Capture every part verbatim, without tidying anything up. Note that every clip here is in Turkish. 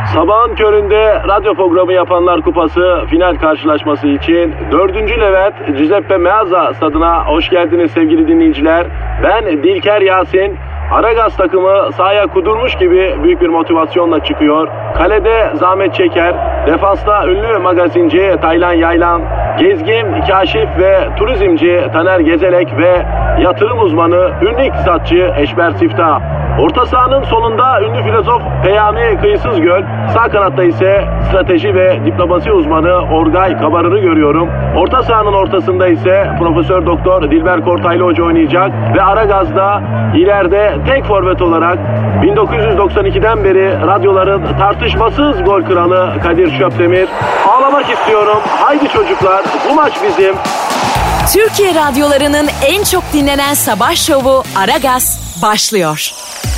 Sabahın köründe radyo programı yapanlar kupası final karşılaşması için dördüncü Levent Giuseppe Meazza stadına hoş geldiniz sevgili dinleyiciler. Ben Dilker Yasin. Aragaz takımı sahaya kudurmuş gibi büyük bir motivasyonla çıkıyor. Kalede zahmet çeker. Defansta ünlü magazinci Taylan Yaylan, gezgin, kaşif ve turizmci Taner Gezelek ve yatırım uzmanı ünlü iktisatçı Eşber Siftah. Orta sahanın solunda ünlü filozof Peyami Kıyısız Göl, sağ kanatta ise strateji ve diplomasi uzmanı Orgay Kabarır'ı görüyorum. Orta sahanın ortasında ise Profesör Doktor Dilber Kortaylı Hoca oynayacak ve Aragaz'da ileride tek forvet olarak bin dokuz yüz doksan ikiden beri radyoların tartışmasız gol kralı Kadir Şöpdemir. Ağlamak istiyorum. Haydi çocuklar, bu maç bizim. Türkiye radyolarının en çok dinlenen sabah şovu Aragaz başlıyor.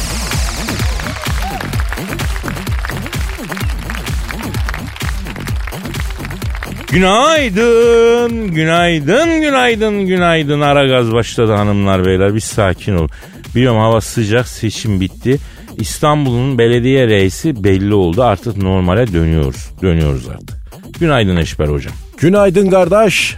Günaydın, günaydın, günaydın, günaydın. Aragaz başladı hanımlar beyler. Bir sakin ol. Biliyorum hava sıcak, seçim bitti. İstanbul'un belediye reisi belli oldu. Artık normale dönüyoruz. Dönüyoruz artık. Günaydın Eşber hocam. Günaydın kardeş.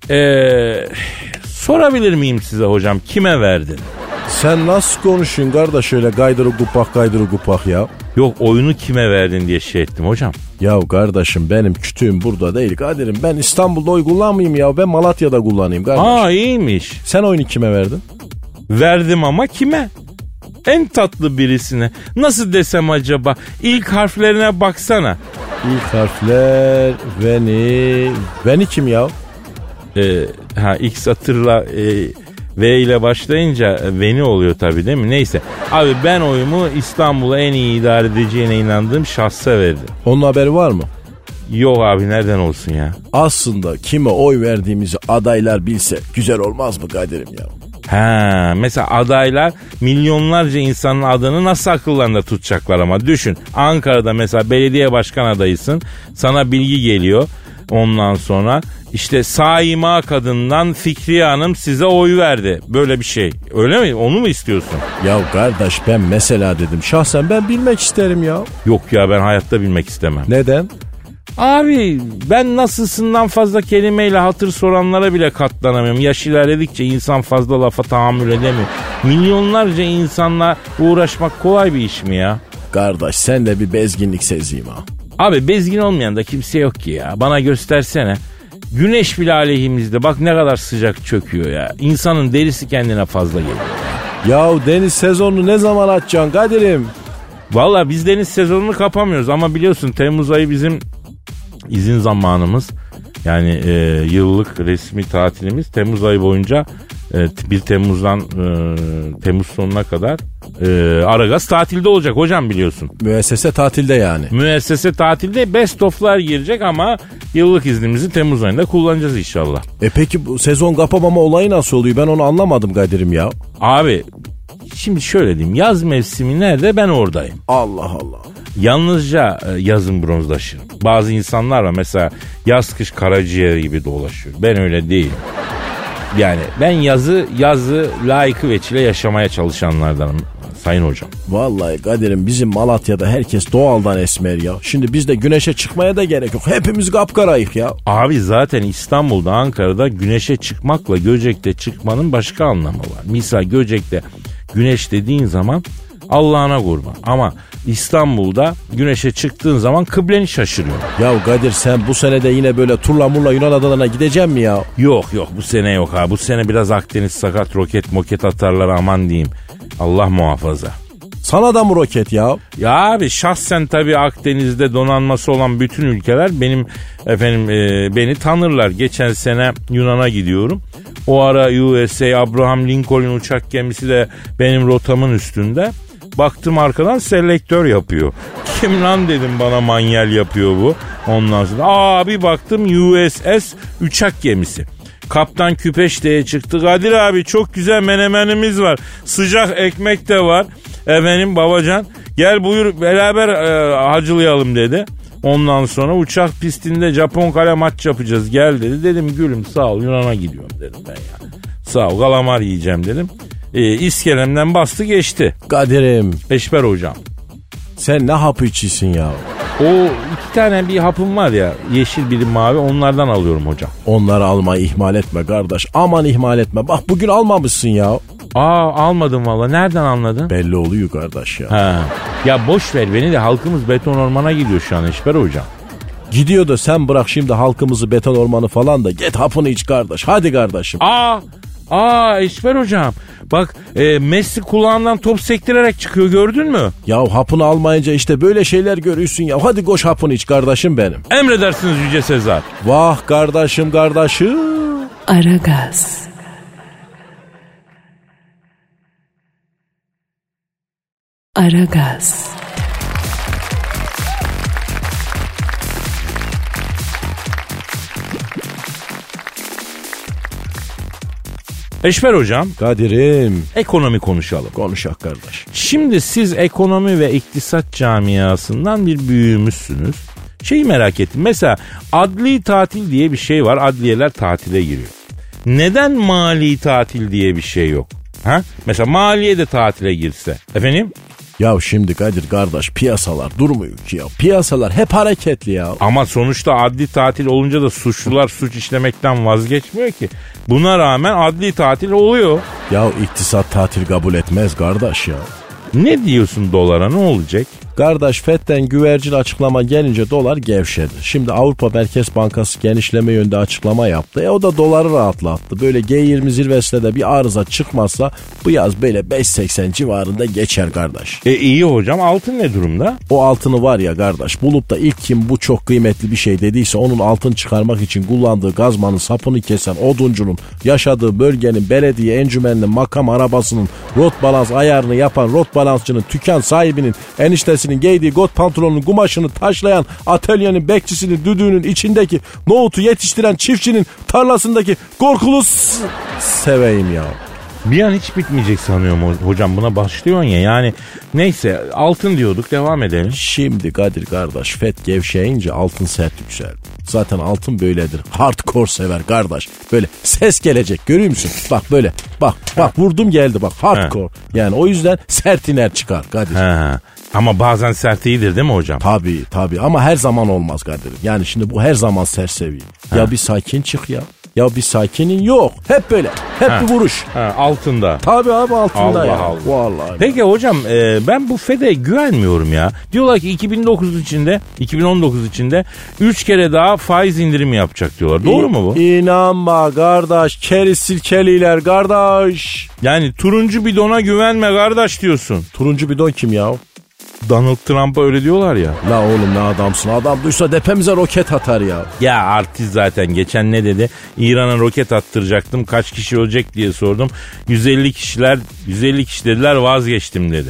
Ee, sorabilir miyim size hocam, kime verdin? Sen nasıl konuşuyorsun kardeş, öyle gaydırı gupak gaydırı gupak ya? Yok, oyunu kime verdin diye şey ettim hocam. Ya kardeşim, benim kütüğüm burada değil Kadir'im. Ben İstanbul'da oy kullanmayayım ya. Ben Malatya'da kullanayım kardeş. Aa, iyiymiş. Sen oyunu kime verdin? Verdim ama kime? En tatlı birisine. Nasıl desem acaba? İlk harflerine baksana. İlk harfler Veni. Veni kim ya? Ee, ha ilk satırla e, V ile başlayınca Veni oluyor tabii, değil mi? Neyse. Abi ben oyumu İstanbul'u en iyi idare edeceğine inandığım şahsa verdim. Onun haberi var mı? Yok abi, nereden olsun ya? Aslında kime oy verdiğimizi adaylar bilse güzel olmaz mı Kadir'im ya? Ha, mesela adaylar milyonlarca insanın adını nasıl akıllarında tutacaklar ama düşün. Ankara'da mesela belediye başkan adayısın. Sana bilgi geliyor. Ondan sonra işte Saima kadından Fikriye Hanım size oy verdi. Böyle bir şey. Öyle mi? Onu mu istiyorsun? Ya kardeş, ben mesela dedim. Şahsen ben bilmek isterim ya. Yok ya, ben hayatta bilmek istemem. Neden? Abi ben nasılsından fazla kelimeyle hatır soranlara bile katlanamıyorum. Yaş ilerledikçe insan fazla lafa tahammül edemiyor. Milyonlarca insanla uğraşmak kolay bir iş mi ya? Kardeş, sen de bir bezginlik sezeyim ha. Abi bezgin olmayan da kimse yok ki ya. Bana göstersene. Güneş bile aleyhimizde. Bak ne kadar sıcak çöküyor ya. İnsanın derisi kendine fazla geliyor. Yahu deniz sezonunu ne zaman açacaksın Kadir'im? Valla biz deniz sezonunu kapamıyoruz ama biliyorsun Temmuz ayı bizim izin zamanımız. Yani e, yıllık resmi tatilimiz Temmuz ayı boyunca e, bir Temmuz'dan e, Temmuz sonuna kadar e, Aragaz tatilde olacak hocam, biliyorsun. Müessese tatilde yani. Müessese tatilde, best of'lar girecek ama yıllık iznimizi Temmuz ayında kullanacağız inşallah. E peki bu sezon kapamama olayı nasıl oluyor? Ben onu anlamadım Kadir'im ya. Abi şimdi şöyle diyeyim, yaz mevsimi nerede, ben oradayım. Allah Allah. Yalnızca yazın bronzlaşırım. Bazı insanlar var mesela yaz kış karaciğer gibi dolaşıyor. Ben öyle değilim. Yani ben yazı yazı layıkı veçile yaşamaya çalışanlardanım sayın hocam. Vallahi Kadir'im, bizim Malatya'da herkes doğaldan esmer ya. Şimdi biz de güneşe çıkmaya da gerek yok. Hepimiz kapkarayık ya. Abi zaten İstanbul'da, Ankara'da güneşe çıkmakla Göcek'te çıkmanın başka anlamı var. Misal Göcek'te güneş dediğin zaman Allah'ına kurban. Ama İstanbul'da güneşe çıktığın zaman kıbleni şaşırıyor. Ya Kadir, sen bu sene de yine böyle turla murla Yunan adalarına gideceksin mi ya? Yok yok, bu sene yok ha. Bu sene biraz Akdeniz sakat, roket moket atarlar aman diyeyim. Allah muhafaza. Sana da mı roket ya? Ya abi şahsen tabii Akdeniz'de donanması olan bütün ülkeler benim efendim e, beni tanırlar. Geçen sene Yunan'a gidiyorum. O ara U S A Abraham Lincoln uçak gemisi de benim rotamın üstünde. Baktım arkadan selektör yapıyor. Kim lan dedim, bana manyel yapıyor bu. Ondan sonra aa bir baktım U S S uçak gemisi. Kaptan Küpeşte'ye çıktı. Kadir abi çok güzel menemenimiz var. Sıcak ekmek de var. Efendim babacan gel buyur beraber e, hacılayalım dedi. Ondan sonra uçak pistinde Japon kale maç yapacağız gel dedi. Dedim gülüm sağ ol, Yunan'a gidiyorum dedim ben ya. Sağ ol, kalamar yiyeceğim dedim. E, iskelemden bastı geçti. Kadir'im. Eşber hocam. Sen ne hapı içiyorsun ya? O iki tane bir hapım var ya, yeşil biri mavi, onlardan alıyorum hocam. Onları almayı ihmal etme kardeş. Aman ihmal etme. Bak bugün almamışsın ya. Aa, almadım valla. Nereden anladın? Belli oluyor kardeş ya. Ha. Ya boş ver beni de, halkımız beton ormana gidiyor şu an Eşber hocam. Gidiyor da sen bırak şimdi halkımızı beton ormanı falan da git hapını iç kardeş. Hadi kardeşim. Aa, aa Eşber hocam. Bak e, Messi kulağından top sektirerek çıkıyor, gördün mü? Ya hapını almayınca işte böyle şeyler görüyorsun ya. Hadi koş hapını iç kardeşim benim. Emredersiniz Yüce Sezar. Vah kardeşim kardeşim. Aragaz. Aragaz. Eşber hocam. Kadir'im. Ekonomi konuşalım. Konuşak kardeş. Şimdi siz ekonomi ve iktisat camiasından bir büyüğümüzsünüz. Şeyi merak ettim. Mesela adli tatil diye bir şey var. Adliyeler tatile giriyor. Neden mali tatil diye bir şey yok? Ha? Mesela maliye de tatile girse. Efendim? Ya şimdi Kadir kardeş, piyasalar durmuyor ki ya. Piyasalar hep hareketli ya. Ama sonuçta adli tatil olunca da suçlular suç işlemekten vazgeçmiyor ki. Buna rağmen adli tatil oluyor. Ya iktisat tatil kabul etmez kardeş ya. Ne diyorsun dolara, ne olacak? Kardeş Fed'den güvercin açıklama gelince dolar gevşedi. Şimdi Avrupa Merkez Bankası genişleme yönünde açıklama yaptı. E o da doları rahatlattı. Böyle G yirmi zirvesinde de bir arıza çıkmazsa bu yaz böyle beş seksen civarında geçer kardeş. E iyi hocam, altın ne durumda? O altını var ya kardeş, bulup da ilk kim bu çok kıymetli bir şey dediyse onun altın çıkarmak için kullandığı gazmanın sapını kesen oduncunun, yaşadığı bölgenin belediye encümeninin makam arabasının rot balans ayarını yapan rot balansçının, dükkan sahibinin, eniştesi giydiği got pantolonun kumaşını taşlayan atölyenin bekçisinin, düdüğünün içindeki nohutu yetiştiren çiftçinin tarlasındaki korkulu s- seveyim ya. Bir an hiç bitmeyecek sanıyorum hocam, buna başlıyorsun ya yani. Neyse, altın diyorduk, devam edelim. Şimdi Kadir kardeş, Fed gevşeyince altın sert yükseldi. Zaten altın böyledir. Hardcore sever kardeş. Böyle ses gelecek, görüyor musun? Bak böyle, bak bak vurdum geldi bak, hardcore. Yani o yüzden sert iner çıkar Kadir. Ha. Ama bazen sert iyidir değil mi hocam? Tabii tabii ama her zaman olmaz Kadir'im. Yani şimdi bu her zaman sert seviye. Ya bir sakin çık ya. Ya bir sakinin yok. Hep böyle. Hep Ha. bir vuruş. Ha, altında. Tabii abi altında Allah ya. Allah. Vallahi. Peki hocam e, ben bu Fed'e güvenmiyorum ya. Diyorlar ki iki bin dokuz içinde, iki bin on dokuz içinde üç kere daha faiz indirimi yapacak diyorlar. Doğru İ- mu bu? İnanma kardeş. Keri silkeliler kardeş. Yani turuncu bidona güvenme kardeş diyorsun. Turuncu bidon kim ya? Donald Trump'a öyle diyorlar ya. La oğlum ne adamsın. Adam duysa tepemize roket atar ya. Ya artist zaten. Geçen ne dedi? İran'a roket attıracaktım. Kaç kişi ölecek diye sordum. yüz elli kişiler, yüz elli kişi dediler, vazgeçtim dedi.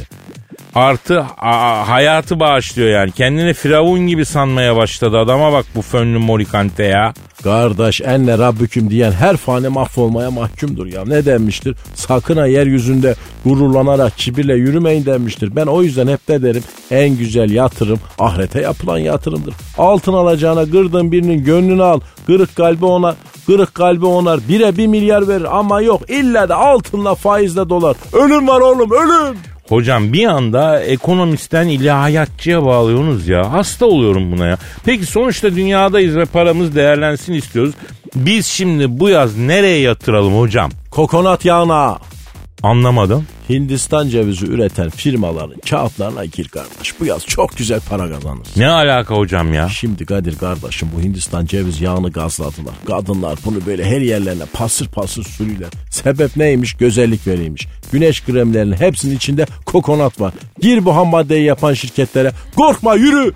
Artı a, hayatı bağışlıyor yani. Kendini firavun gibi sanmaya başladı. Adama bak bu fönlü morikante ya. Kardeş enne rabbüküm diyen her fani mahvolmaya mahkumdur ya. Ne denmiştir? Sakın ha yeryüzünde gururlanarak kibirle yürümeyin denmiştir. Ben o yüzden hep de derim, en güzel yatırım ahirete yapılan yatırımdır. Altın alacağına kırdığın birinin gönlünü al. Kırık kalbi ona, kırık kalbi onar. Bire bir milyar verir ama yok. İlla da altınla faizle dolar. Ölüm var oğlum, ölüm. Hocam bir anda ekonomistten ilahiyatçıya bağlıyorsunuz ya. Hasta oluyorum buna ya. Peki sonuçta dünyadayız ve paramız değerlensin istiyoruz. Biz şimdi bu yaz nereye yatıralım hocam? Kokonat yağına. Anlamadım. Hindistan cevizi üreten firmaların kağıtlarına gir kardeş. Bu yaz çok güzel para kazanırsın. Ne alaka hocam ya? Şimdi Kadir kardeşim, bu Hindistan ceviz yağını gazladılar. Kadınlar bunu böyle her yerlerine pasır pasır sürüyorlar. Sebep neymiş? Güzellik veriymiş. Güneş kremlerinin hepsinin içinde kokonat var. Gir bu ham maddeyi yapan şirketlere. Korkma, yürü.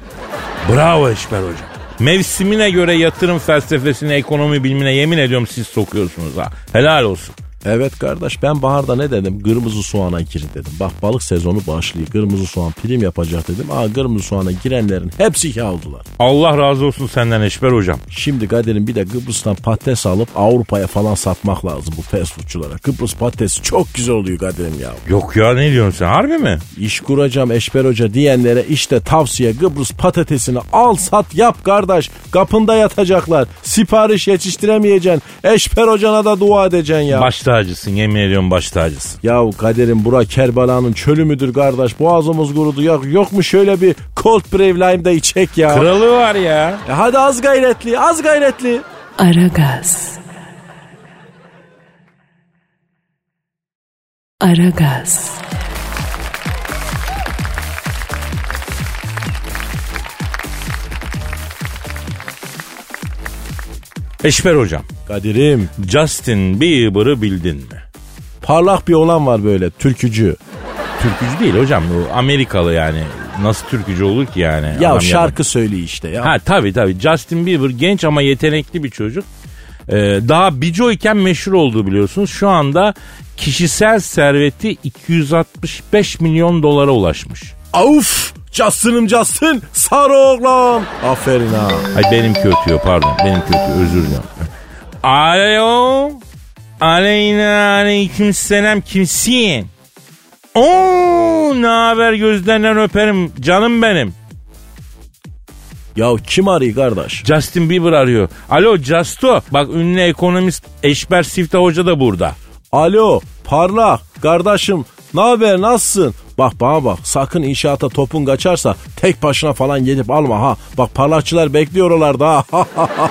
Bravo Eşber hocam. Mevsimine göre yatırım felsefesine, ekonomi bilimine yemin ediyorum siz sokuyorsunuz ha. Helal olsun. Evet kardeş, ben baharda ne dedim? Kırmızı soğana girin dedim. Bak balık sezonu başlıyor. Kırmızı soğan prim yapacak dedim. Aa, kırmızı soğana girenlerin hepsi ihya oldular. Allah razı olsun senden Eşber hocam. Şimdi Kadir'in bir de Kıbrıs'tan patates alıp Avrupa'ya falan satmak lazım bu fast foodçulara. Kıbrıs patatesi çok güzel oluyor Kadir'im ya. Yok ya, ne diyorsun sen, harbi mi? İş kuracağım Eşber Hoca diyenlere işte tavsiye, Kıbrıs patatesini al sat yap kardeş. Kapında yatacaklar. Sipariş yetiştiremeyeceksin. Eşber Hoca'na da dua edeceksin ya. Başta tacısın, yemin ediyorum baş tacısın. Ya Kadir'im bura Kerbela'nın çölü müdür kardeş? Boğazımız kurudu. Ya, yok mu şöyle bir Cold Brave Lime'da içek ya? Kralı var ya. E hadi az gayretli, az gayretli. Aragaz. Aragaz. Eşber hocam. Kadir'im. Justin Bieber'ı bildin mi? Parlak bir olan var böyle, türkücü. Türkücü değil hocam, bu Amerikalı yani. Nasıl türkücü olur ki yani? Ya Adam şarkı yapan. söylüyor işte ya. Ha tabii tabii. Justin Bieber genç ama yetenekli bir çocuk. Ee, daha Bico iken meşhur olduğu biliyorsunuz. Şu anda kişisel serveti iki yüz altmış beş milyon dolara ulaşmış. Of! Justin'ım Justin, sarı oğlan. Aferin ha. Ay benimki ötüyor, pardon. Benimki ötüyor, özür dilerim. Alo. Aleyna aleyküm selam, kimsin? Oo, ne haber, gözlerinden öperim canım benim. Ya kim arıyor kardeş? Justin Bieber arıyor. Alo Justo, bak ünlü ekonomist Eşber Siftah Hoca da burada. Alo parlak kardeşim, ne haber, nasılsın? Bak bana bak, sakın inşaata topun kaçarsa tek başına falan gelip alma ha. Bak parlakçılar bekliyor oralarda ha.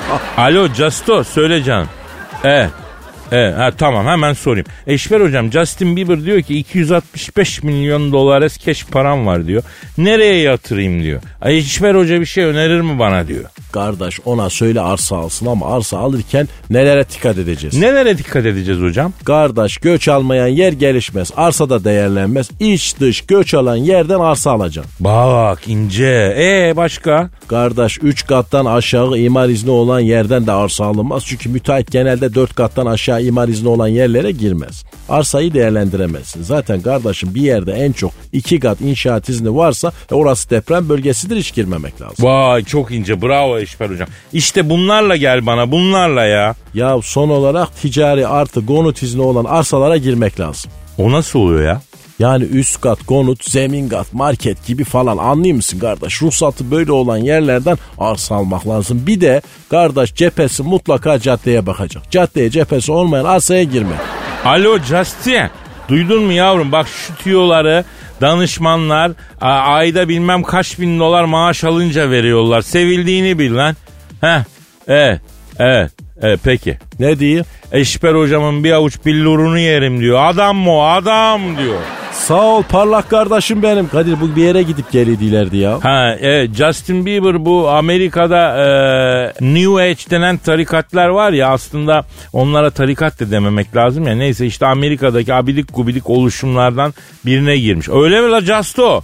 Alo Justo, söyle canım. Evet. Evet, ha, tamam hemen sorayım. Eşber hocam, Justin Bieber diyor ki iki yüz altmış beş milyon dolar keş param var diyor. Nereye yatırayım diyor. Eşber hoca bir şey önerir mi bana diyor. Kardeş ona söyle arsa alsın, ama arsa alırken nelere dikkat edeceğiz? Nelere dikkat edeceğiz hocam? Kardeş göç almayan yer gelişmez. Arsa da değerlenmez. İç dış göç alan yerden arsa alacaksın. Bak ince. Ee başka? Kardeş üç kattan aşağı imar izni olan yerden de arsa alınmaz. Çünkü müteahhit genelde dört kattan aşağı imar izni olan yerlere girmez. Arsayı değerlendiremezsin. Zaten kardeşim bir yerde en çok iki kat inşaat izni varsa orası deprem bölgesidir, hiç girmemek lazım. Vay çok ince, bravo Eşber hocam. İşte bunlarla gel bana, bunlarla ya. Ya son olarak ticari artı konut izni olan arsalara girmek lazım. O nasıl oluyor ya? Yani üst kat konut, zemin kat, market gibi falan, anlıyor musun kardeş? Ruhsatı böyle olan yerlerden arsa almak lazım. Bir de kardeş cephesi mutlaka caddeye bakacak. Caddeye cephesi olmayan arsaya girme. Alo Justin, duydun mu yavrum? Bak şu tüyoları danışmanlar a, ayda bilmem kaç bin dolar maaş alınca veriyorlar. Sevildiğini bil lan. Heh, evet, evet, evet peki. Ne diyeyim? Eşber hocamın bir avuç billurunu yerim diyor. Adam mı o? Adam diyor. Sağ ol parlak kardeşim benim. Kadir bu bir yere gidip geliydilerdi ya. Ha evet, Justin Bieber bu Amerika'da e, New Age denen tarikatlar var ya, aslında onlara tarikat da dememek lazım ya. Neyse işte Amerika'daki abidik gubidik oluşumlardan birine girmiş. Öyle mi la Justo?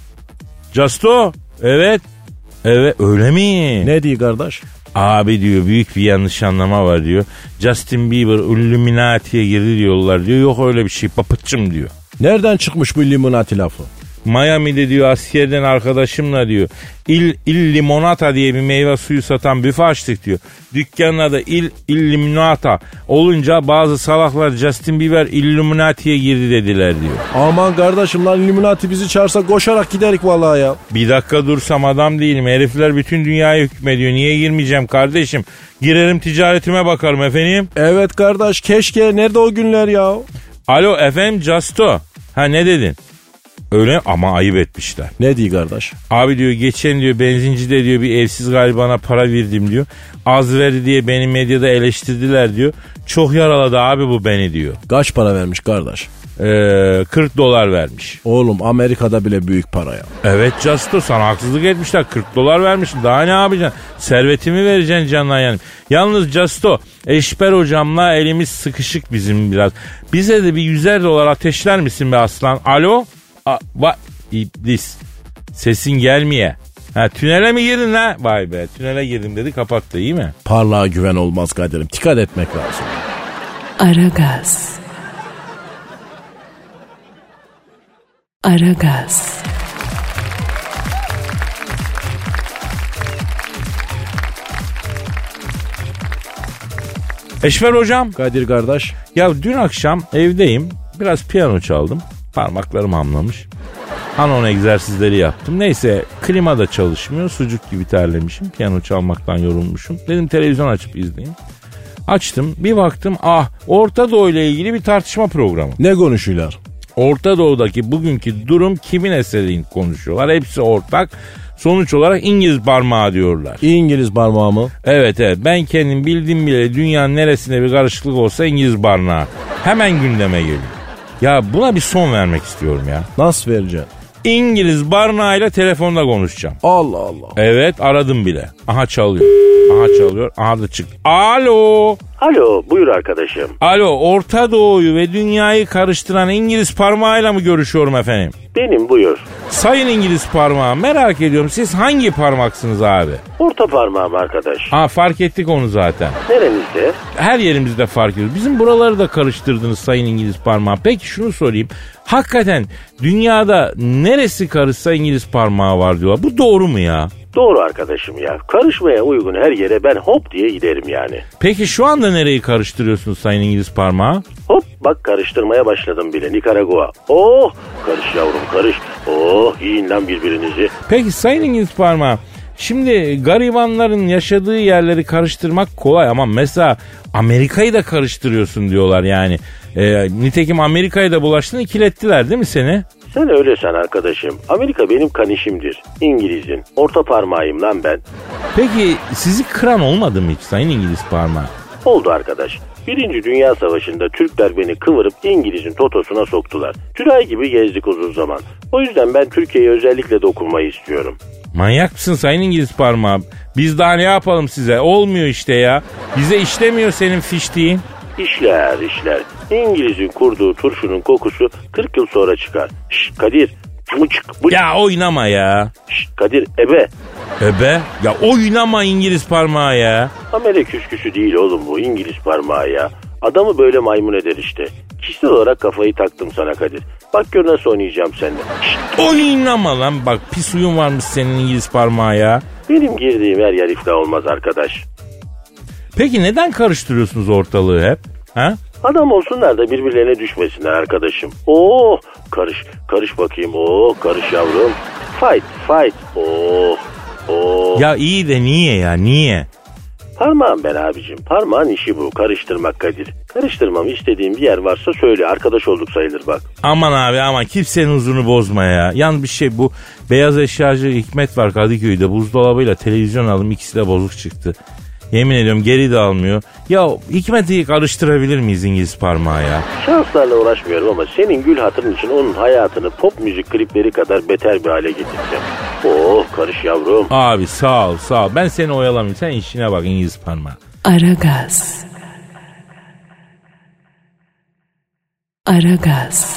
Justo? Evet. Evet öyle mi? Ne diyor kardeş? Abi diyor büyük bir yanlış anlama var diyor. Justin Bieber Illuminati'ye girdi diyorlar diyor. Yok öyle bir şey papıtçım diyor. Nereden çıkmış bu Illuminati lafı? Miami'de diyor askerden arkadaşımla diyor Il, Il Limonata diye bir meyve suyu satan büfe açtık diyor. Dükkanın adı Il, Il Limonata olunca bazı salaklar Justin Bieber Illuminati'ye girdi dediler diyor. Aman kardeşim lan, Illuminati bizi çağırsa koşarak giderik vallahi ya. Bir dakika dursam adam değilim. Herifler bütün dünyayı hükmediyor. Niye girmeyeceğim kardeşim? Girerim ticaretime bakarım efendim. Evet kardeş, keşke, nerede o günler ya? Alo efendim Justo. Ha ne dedin? Öyle ama ayıp etmişler. Ne diyor kardeş? Abi diyor geçen diyor benzincide diyor bir evsiz garibana para verdim diyor. Az verdi diye beni medyada eleştirdiler diyor. Çok yaraladı abi bu beni diyor. Kaç para vermiş kardeş? Ee, kırk dolar vermiş. Oğlum Amerika'da bile büyük para ya. Evet Justo, sana haksızlık etmişler. kırk dolar vermişsin. Daha ne yapacaksın? Servetimi vereceksin canına yani. Yalnız Justo, Eşber hocamla elimiz sıkışık bizim biraz. Bize de bir yüzer dolar ateşler misin be aslan? Alo? A, va, iblis. Sesin gelmiyor. Ha tünele mi girdin ha? Vay be, tünele girdim dedi, kapattı, iyi mi? Parlağa güven olmaz Kadir'im. Dikkat etmek lazım. Aragaz. Aragaz. Eşber hocam. Kadir kardeş. Ya dün akşam evdeyim. Biraz piyano çaldım. Parmaklarım hamlamış. Hanon egzersizleri yaptım. Neyse klima da çalışmıyor. Sucuk gibi terlemişim. Piyano çalmaktan yorulmuşum. Dedim televizyon açıp izleyeyim. Açtım bir baktım ah Orta Doğu ile ilgili bir tartışma programı. Ne konuşuyorlar? Orta Doğu'daki bugünkü durum kimin eseri konuşuyorlar. Hepsi ortak. Sonuç olarak İngiliz parmağı diyorlar. İngiliz parmağı mı? Evet evet ben kendim bildiğim bile dünyanın neresinde bir karışıklık olsa İngiliz parmağı. Hemen gündeme geliyor. Ya buna bir son vermek istiyorum ya. Nasıl vereceksin? İngiliz barnağıyla telefonda konuşacağım. Allah Allah. Evet aradım bile. Aha çalıyor. Aha çalıyor. Aha da çıktı. Alo. Alo buyur arkadaşım. Alo Orta Doğu'yu ve dünyayı karıştıran İngiliz parmağıyla mı görüşüyorum efendim? Benim buyur. Sayın İngiliz parmağı merak ediyorum siz hangi parmaksınız abi? Orta parmağım arkadaş. Ha fark ettik onu zaten. Nerenizde? Her yerimizde fark ediyoruz. Bizim buraları da karıştırdınız Sayın İngiliz parmağı. Peki şunu sorayım. Hakikaten dünyada neresi karışsa İngiliz parmağı var diyorlar. Bu doğru mu ya? Doğru arkadaşım ya. Karışmaya uygun her yere ben hop diye giderim yani. Peki şu anda nereyi karıştırıyorsunuz Sayın İngiliz parmağı? Hop bak karıştırmaya başladım bile Nikaragua. Oh karış yavrum karış. Oh yiyin lan birbirinizi. Peki Sayın İngiliz parmağı. Şimdi garibanların yaşadığı yerleri karıştırmak kolay ama mesela Amerika'yı da karıştırıyorsun diyorlar yani. E, nitekim Amerika'ya da bulaştın ikilettiler değil mi seni? Sen öyle san arkadaşım. Amerika benim kanişimdir. İngiliz'in. Orta parmağıyım lan ben. Peki sizi kıran olmadı mı hiç Sayın İngiliz parmağı? Oldu arkadaş. Birinci Dünya Savaşı'nda Türkler beni kıvırıp İngiliz'in totosuna soktular. Tülay gibi gezdik uzun zaman. O yüzden ben Türkiye'ye özellikle dokunmayı istiyorum. Manyak mısın Sayın İngiliz parmağı? Biz daha ne yapalım size? Olmuyor işte ya. Bize işlemiyor senin fiştiğin. İşler işler. İngiliz'in kurduğu turşunun kokusu kırk yıl sonra çıkar. Şşş Kadir. Mıçık, mıçık. Ya oynama ya. Şşş Kadir ebe. Ebe? Ya oynama İngiliz parmağı ya. Amele küsküsü değil oğlum bu İngiliz parmağı ya. Adamı böyle maymun eder işte. Kişisel olarak kafayı taktım sana Kadir. Bak gör nasıl oynayacağım seninle. Şşt. Oynama lan bak pis uyum varmış senin İngiliz parmağı ya. Benim girdiğim her yer iflah olmaz arkadaş. Peki neden karıştırıyorsunuz ortalığı hep? Ha? Adam olsunlar da birbirlerine düşmesinler arkadaşım. Oo karış karış bakayım. Oo karış yavrum. Fight fight. Oo oo. Ya iyi de niye ya niye? Parmağım ben abicim. Parmağın işi bu. Karıştırmak Kadir. Karıştırmamı istediğim bir yer varsa söyle. Arkadaş olduk sayılır bak. Aman abi aman kimsenin huzurunu bozma ya. Yalnız bir şey bu beyaz eşyacı Hikmet var Kadıköy'de buzdolabıyla televizyon aldım ikisi de bozuk çıktı. Yemin ediyorum geri de almıyor. Ya Hikmet'i karıştırabilir miyiz İngiliz parmağı ya? Şanslarla uğraşmıyorum ama senin gül hatırın için onun hayatını pop müzik klipleri kadar beter bir hale getireceğim. Oh karış yavrum. Abi sağ ol sağ ol. Ben seni oyalamayayım. Sen işine bak İngiliz parmağı. Aragaz. Aragaz.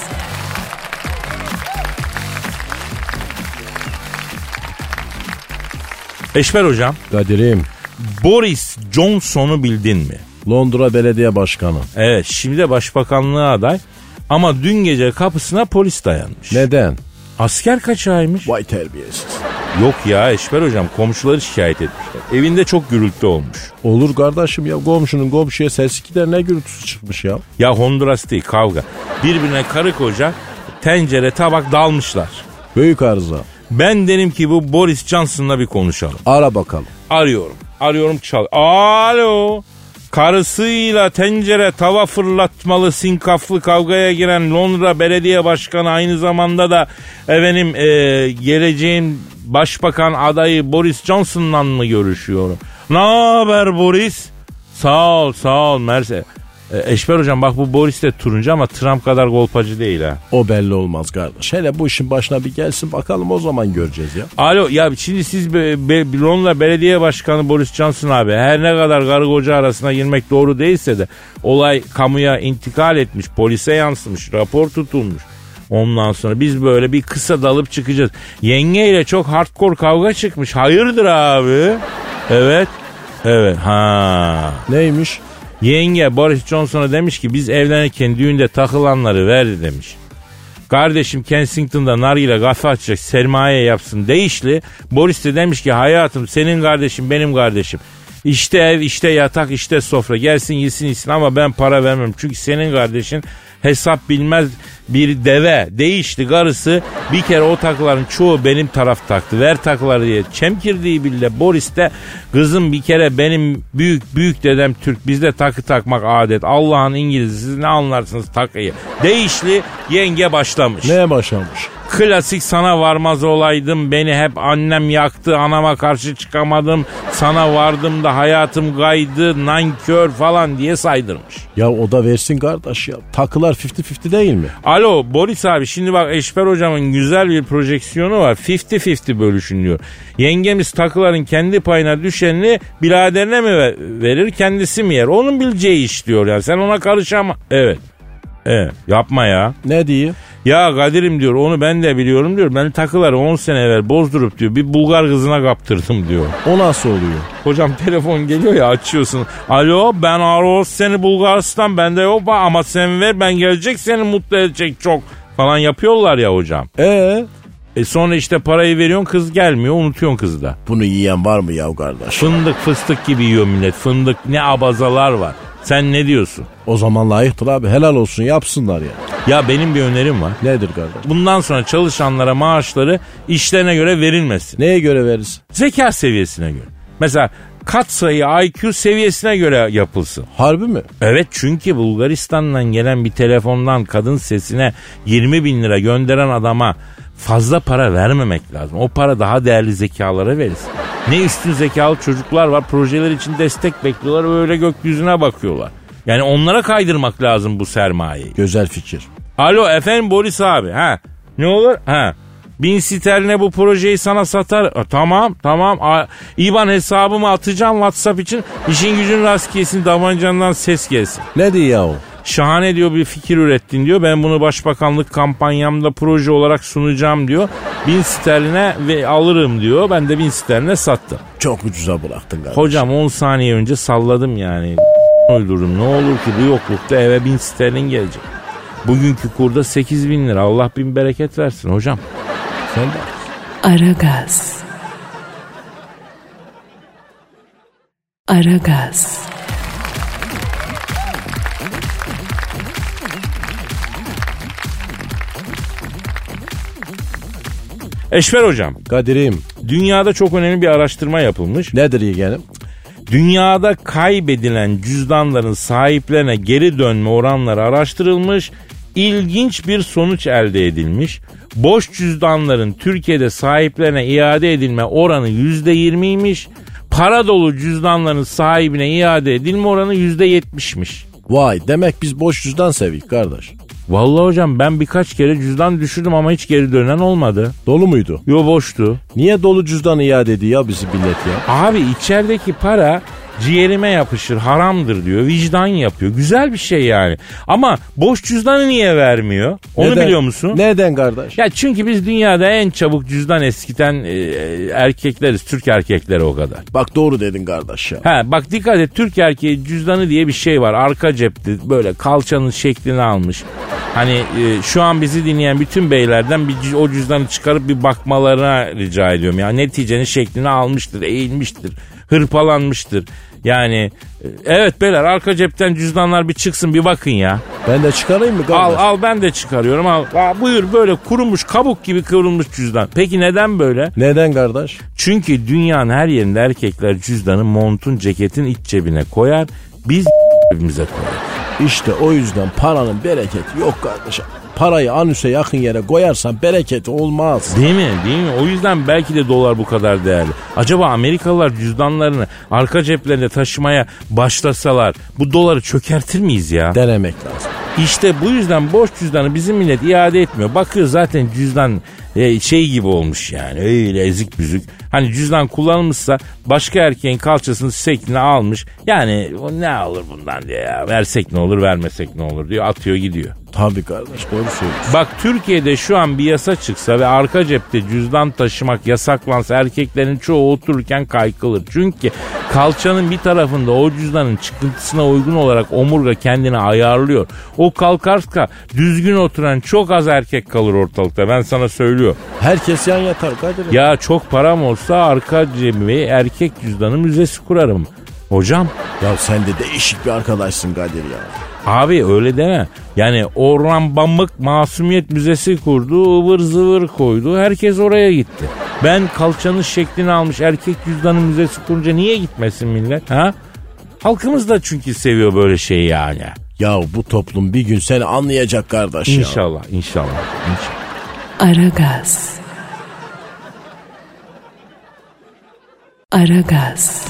Eşber hocam. Kadir'im. Boris Johnson'u bildin mi? Londra Belediye Başkanı. Evet şimdi de başbakanlığa aday. Ama dün gece kapısına polis dayanmış. Neden? Asker kaçağıymış. Vay terbiyesiz. Yok ya Eşber hocam komşuları şikayet etmişler. Evinde çok gürültü olmuş. Olur kardeşim ya komşunun komşuya ses gider ne gürültüsü çıkmış ya. Ya Honduras değil kavga. Birbirine karı koca tencere tabak dalmışlar. Büyük arıza. Ben derim ki bu Boris Johnson'la bir konuşalım. Ara bakalım. Arıyorum. Arıyorum çal. Alo. Karısıyla tencere tava fırlatmalı sinkaflı kavgaya giren Londra Belediye Başkanı aynı zamanda da efendim e, geleceğin başbakan adayı Boris Johnson'la mı görüşüyorum? Ne haber Boris? Sağ ol sağ ol Merse. E, Eşber hocam bak bu Boris de turuncu ama Trump kadar golpacı değil ha. O belli olmaz kardeş. Hele bu işin başına bir gelsin bakalım o zaman göreceğiz ya. Alo ya şimdi siz be, be, Londra Belediye Başkanı Boris Johnson abi her ne kadar karı koca arasına girmek doğru değilse de olay kamuya intikal etmiş, polise yansımış, rapor tutulmuş. Ondan sonra biz böyle bir kısa dalıp çıkacağız. Yengeyle çok hardcore kavga çıkmış. Hayırdır abi? Evet. Evet. Ha. Neymiş? Yenge Boris Johnson'a demiş ki biz evlenirken düğünde takılanları verdi demiş. Kardeşim Kensington'da nargile kafe açacak sermaye yapsın değişli. Boris de demiş ki hayatım senin kardeşim benim kardeşim. İşte ev, işte yatak, işte sofra. Gelsin yesin içsin ama ben para vermem. Çünkü senin kardeşin hesap bilmez bir deve. Değişti karısı. Bir kere o takıların çoğu benim taraf taktı. Ver takıları diye çemkirdiği bile Boris de kızım bir kere benim büyük büyük dedem Türk. Bizde takı takmak adet. Allah'ın İngiliz'i, siz ne anlarsınız takıyı. Değişli yenge başlamış. Neye başlamış? Klasik sana varmaz olaydım, beni hep annem yaktı, anama karşı çıkamadım, sana vardım da hayatım kaydı, nankör falan diye saydırmış. Ya o da versin kardeş ya. Takılar elli elli değil mi? Alo Boris abi, şimdi bak Eşber hocamın güzel bir projeksiyonu var. elli elli bölüşün diyor. Yengemiz takıların kendi payına düşenini biraderine mi verir, kendisi mi yer? Onun bileceği iş diyor ya. Sen ona karışama. Evet. Evet. Yapma ya. Ne diyor? Ya Kadir'im diyor, onu ben de biliyorum diyor. Ben takıları on sene evvel bozdurup diyor bir Bulgar kızına kaptırdım diyor. O nasıl oluyor? Hocam telefon geliyor ya, açıyorsun. Alo, ben arıyoruz seni Bulgaristan, bende yok ama sen ver, ben gelecek seni mutlu edecek çok falan yapıyorlar ya hocam. Eee? E sonra işte parayı veriyorsun, kız gelmiyor, unutuyorsun kızı da. Bunu yiyen var mı ya kardeş? Fındık fıstık gibi yiyor millet. Fındık, ne abazalar var. Sen ne diyorsun? O zaman layıktır abi, helal olsun, yapsınlar ya. Ya benim bir önerim var. Nedir kardeş? Bundan sonra çalışanlara maaşları işlerine göre verilmesin. Neye göre verirsin? Zeka seviyesine göre. Mesela katsayı I Q seviyesine göre yapılsın. Harbi mi? Evet, çünkü Bulgaristan'dan gelen bir telefondan kadın sesine yirmi bin lira gönderen adama fazla para vermemek lazım. O para daha değerli zekalara verilsin. Ne üstün zekalı çocuklar var, projeler için destek bekliyorlar, öyle gökyüzüne bakıyorlar. Yani onlara kaydırmak lazım bu sermayeyi. Güzel fikir. Alo efendim Boris abi. Ha, ne olur? Ha. Bin sterline bu projeyi sana satar. A, tamam tamam. A, İban hesabımı atacağım WhatsApp için. İşin gücün rast gelsin, davancandan ses gelsin. Ne diyor ya o? Şahane diyor bir fikir ürettin diyor. Ben bunu başbakanlık kampanyamda proje olarak sunacağım diyor. Bin sterline ve alırım diyor. Ben de bin sterline sattım. Çok ucuza bıraktın kardeşim. Hocam on saniye önce salladım yani. Uydururum. Ne olur ki bu yoklukta eve bin sterlin gelecek. Bugünkü kurda sekiz bin lira. Allah bin bereket versin hocam. Sen de. Aragaz. Aragaz. Eşver hocam. Kadir'im. Dünyada çok önemli bir araştırma yapılmış. Nedir yeğenim? Dünyada kaybedilen cüzdanların sahiplerine geri dönme oranları araştırılmış. İlginç bir sonuç elde edilmiş. Boş cüzdanların Türkiye'de sahiplerine iade edilme oranı yüzde yirmiymiş. Para dolu cüzdanların sahibine iade edilme oranı yüzde yetmişmiş. Vay, demek biz boş cüzdan sevik kardeş. Vallahi hocam ben birkaç kere cüzdan düşürdüm ama hiç geri dönen olmadı. Dolu muydu? Yo, boştu. Niye dolu cüzdan iade ediyor ya bizi millet ya? Abi içerideki para ciğerime yapışır, haramdır diyor, vicdan yapıyor. Güzel bir şey yani. Ama boş cüzdanı niye vermiyor? Onu Neden? biliyor musun? Neden kardeş? Ya çünkü biz dünyada en çabuk cüzdan eskiten e, erkekleriz. Türk erkekleri o kadar. Bak doğru dedin kardeş ya. Ha bak dikkat et, Türk erkeği cüzdanı diye bir şey var. Arka cepte böyle kalçanın şeklini almış. Hani e, şu an bizi dinleyen bütün beylerden bir, o cüzdanı çıkarıp bir bakmalarına rica ediyorum. Ya neticenin şeklini almıştır, eğilmiştir, hırpalanmıştır. Yani evet beyler, arka cepten cüzdanlar bir çıksın, bir bakın ya. Ben de çıkarayım mı kardeş? Al al, ben de çıkarıyorum, al. Aa, buyur, böyle kurumuş kabuk gibi kıvrılmış cüzdan. Peki neden böyle? Neden kardeş? Çünkü dünyanın her yerinde erkekler cüzdanı montun, ceketin iç cebine koyar. Biz cebimize koyarız. İşte o yüzden paranın bereketi yok kardeşim. Parayı anüse yakın yere koyarsan bereketi olmaz. Değil mi? Değil mi? O yüzden belki de dolar bu kadar değerli. Acaba Amerikalılar cüzdanlarını arka ceplerinde taşımaya başlasalar bu doları çökertir miyiz ya? Denemek lazım. İşte bu yüzden boş cüzdanı bizim millet iade etmiyor. Bakıyor zaten cüzdan e, şey gibi olmuş yani, öyle ezik büzük. Hani cüzdan kullanılmışsa başka erkeğin kalçasının şeklini almış. Yani ne olur bundan diye ya. Versek ne olur, vermesek ne olur diyor, atıyor gidiyor. Tabii kardeş, doğru söylüyorsun. Bak Türkiye'de şu an bir yasa çıksa ve arka cepte cüzdan taşımak yasaklansa erkeklerin çoğu otururken kaykılır. Çünkü kalçanın bir tarafında o cüzdanın çıkıntısına uygun olarak omurga kendini ayarlıyor. O kalkarsa düzgün oturan çok az erkek kalır ortalıkta, ben sana söylüyorum. Herkes yan yatar Kadir. Ya çok param olsa arka cebi erkek cüzdanı müzesi kurarım. Hocam. Ya sen de değişik bir arkadaşsın Kadir ya. Abi öyle deme. Yani Orhan Pamuk Masumiyet Müzesi kurdu, ıvır zıvır koydu. Herkes oraya gitti. Ben kalçanın şeklini almış erkek cüzdanı müzesi kurunca niye gitmesin millet? Ha? Halkımız da çünkü seviyor böyle şeyi yani. Ya bu toplum bir gün seni anlayacak kardeş ya. İnşallah, inşallah, inşallah. Aragaz. Aragaz.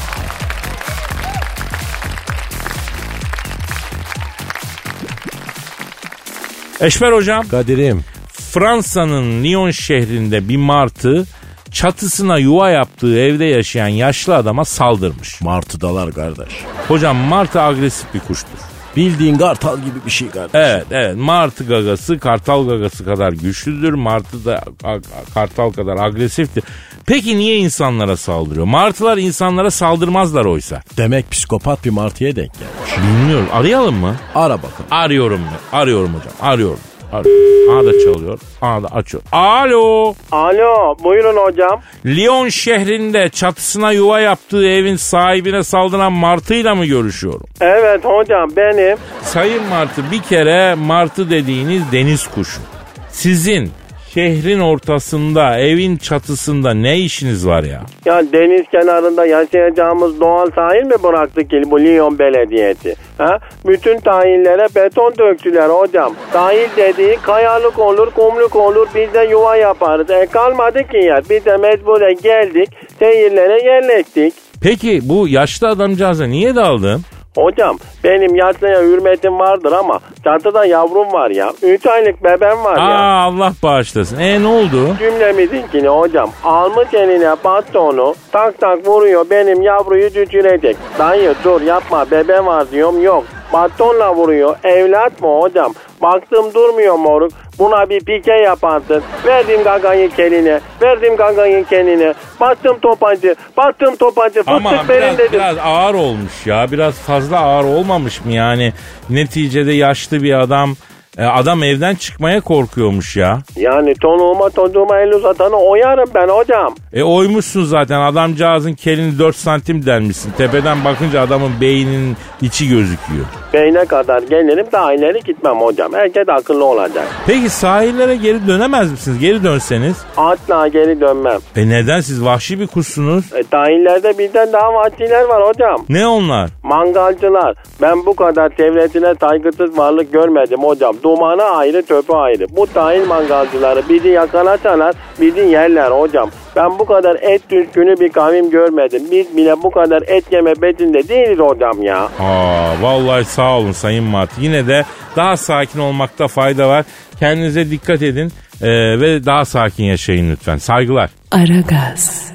Eşber hocam. Kadir'im. Fransa'nın Lyon şehrinde bir martı çatısına yuva yaptığı evde yaşayan yaşlı adama saldırmış. Martıdalar kardeş. Hocam martı agresif bir kuştur. Bildiğin kartal gibi bir şey kardeş. Evet evet, martı gagası kartal gagası kadar güçlüdür. Martı da kartal kadar agresiftir. Peki niye insanlara saldırıyor? Martılar insanlara saldırmazlar oysa. Demek psikopat bir martıya denk gelmiş. Bilmiyorum, arayalım mı? Ara bakalım. Arıyorum ben. Arıyorum hocam. Arıyorum. Arıyorum. Aa da çalıyor. Aa da açıyor. Alo. Alo, buyurun hocam. Lyon şehrinde çatısına yuva yaptığı evin sahibine saldıran martıyla mı görüşüyorum? Evet hocam, benim. Sayın Martı, bir kere martı dediğiniz deniz kuşu. Sizin şehrin ortasında, evin çatısında ne işiniz var ya? Ya deniz kenarında yaşayacağımız doğal sahil mi bıraktık ki bu Lyon Belediyesi? Ha? Bütün sahillere beton döktüler hocam. Sahil dediği kayalık olur, kumluk olur, biz de yuva yaparız. E kalmadı ki yer. Biz de mecburen geldik, şehirlere yerleştik. Peki bu yaşlı adamcağıza niye daldın? Hocam benim yaşlıya hürmetim vardır ama çatıda yavrum var ya. üç aylık bebem var Aa, ya. Allah bağışlasın. E ne oldu? Cümlemizinkini hocam. Almış eline bastonu, tak tak vuruyor, benim yavruyu düşürecek. Dayı dur yapma, bebe var diyorum, yok. Bastonla vuruyor. Evlat mı hocam? Baktım durmuyor moruk. Buna bir pike yaparsın. Verdim gagayı keline. Verdim gagayı keline. Bastım topacı. Bastım topacı. Ama Fıstık verin biraz, dedim. biraz ağır olmuş ya. Biraz fazla ağır olmamış mı yani? Neticede yaşlı bir adam... Adam evden çıkmaya korkuyormuş ya. Yani tonuğuma tonuğuma el uzatanı oyarım ben hocam. E oymuşsun zaten, adamcağızın kelini dört santim delmişsin. Tepeden bakınca adamın beyninin içi gözüküyor. Beyne kadar gelirim, daha ileri gitmem hocam. Herkes akıllı olacak. Peki sahillere geri dönemez misiniz? Geri dönseniz? Asla geri dönmem. E neden, siz vahşi bir kuşsunuz? E, sahillerde bizden daha vahşiler var hocam. Ne onlar? Mangalcılar. Ben bu kadar devletine saygısız varlık görmedim hocam. Dumanı ayrı, töpü ayrı. Bu sahil mangalcıları bizi yakalasalar bizi yerler hocam. Ben bu kadar et düşkünü bir kavim görmedim. Biz bile bu kadar et yeme bedinde değiliz hocam ya. Aa, vallahi sağ olun Sayın Martı. Yine de daha sakin olmakta fayda var. Kendinize dikkat edin ee, ve daha sakin yaşayın lütfen. Saygılar. Aragaz.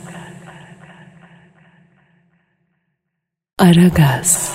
Aragaz.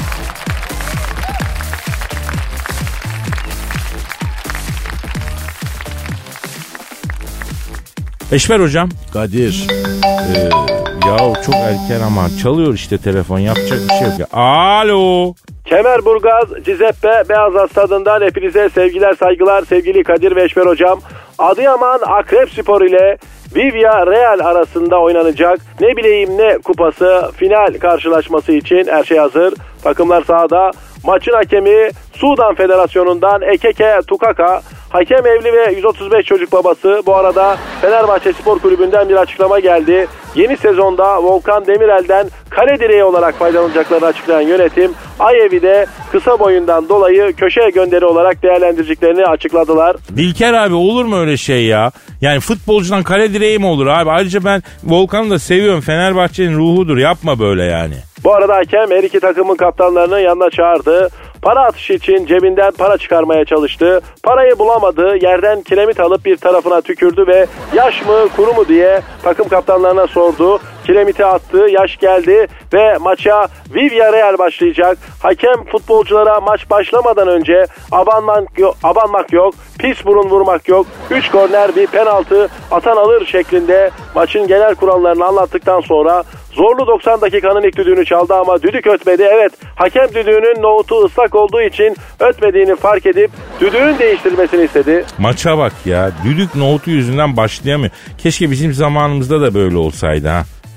Eşber hocam. Kadir. Ee, ya çok erken ama çalıyor işte telefon, yapacak bir şey yok ya. Alo. Kemerburgaz Giuseppe Meazza stadından hepinize sevgiler saygılar sevgili Kadir ve Eşber hocam. Adıyaman Akrepspor ile Vivya Real arasında oynanacak ne bileyim ne kupası final karşılaşması için her şey hazır. Takımlar sahada. Maçın hakemi Sudan Federasyonu'ndan Ekeke Tukaka. Hakem evli ve yüz otuz beş çocuk babası. Bu arada Fenerbahçe Spor Kulübü'nden bir açıklama geldi. Yeni sezonda Volkan Demirel'den kale direği olarak faydalanacaklarını açıklayan yönetim, Ayevi de kısa boyundan dolayı köşeye gönderi olarak değerlendireceklerini açıkladılar. Dilker abi, olur mu öyle şey ya? Yani futbolcudan kale direği mi olur abi? Ayrıca ben Volkan'ı da seviyorum. Fenerbahçe'nin ruhudur. Yapma böyle yani. Bu arada hakem her iki takımın kaptanlarını yanına çağırdı. Para atışı için cebinden para çıkarmaya çalıştı. Parayı bulamadı. Yerden kiremit alıp bir tarafına tükürdü ve yaş mı kuru mu diye takım kaptanlarına sordu. Kiremiti attı, yaş geldi ve maça Vivya Real başlayacak. Hakem futbolculara maç başlamadan önce abanmak yok, abanmak yok, pis burun vurmak yok. üç korner bir penaltı, atan alır şeklinde maçın genel kurallarını anlattıktan sonra zorlu doksan dakikanın ilk düdüğünü çaldı ama düdük ötmedi. Evet, hakem düdüğünün nohutu ıslak olduğu için ötmediğini fark edip düdüğün değiştirilmesini istedi. Maça bak ya, düdük nohutu yüzünden başlayamıyor. Keşke bizim zamanımızda da böyle olsaydı ha.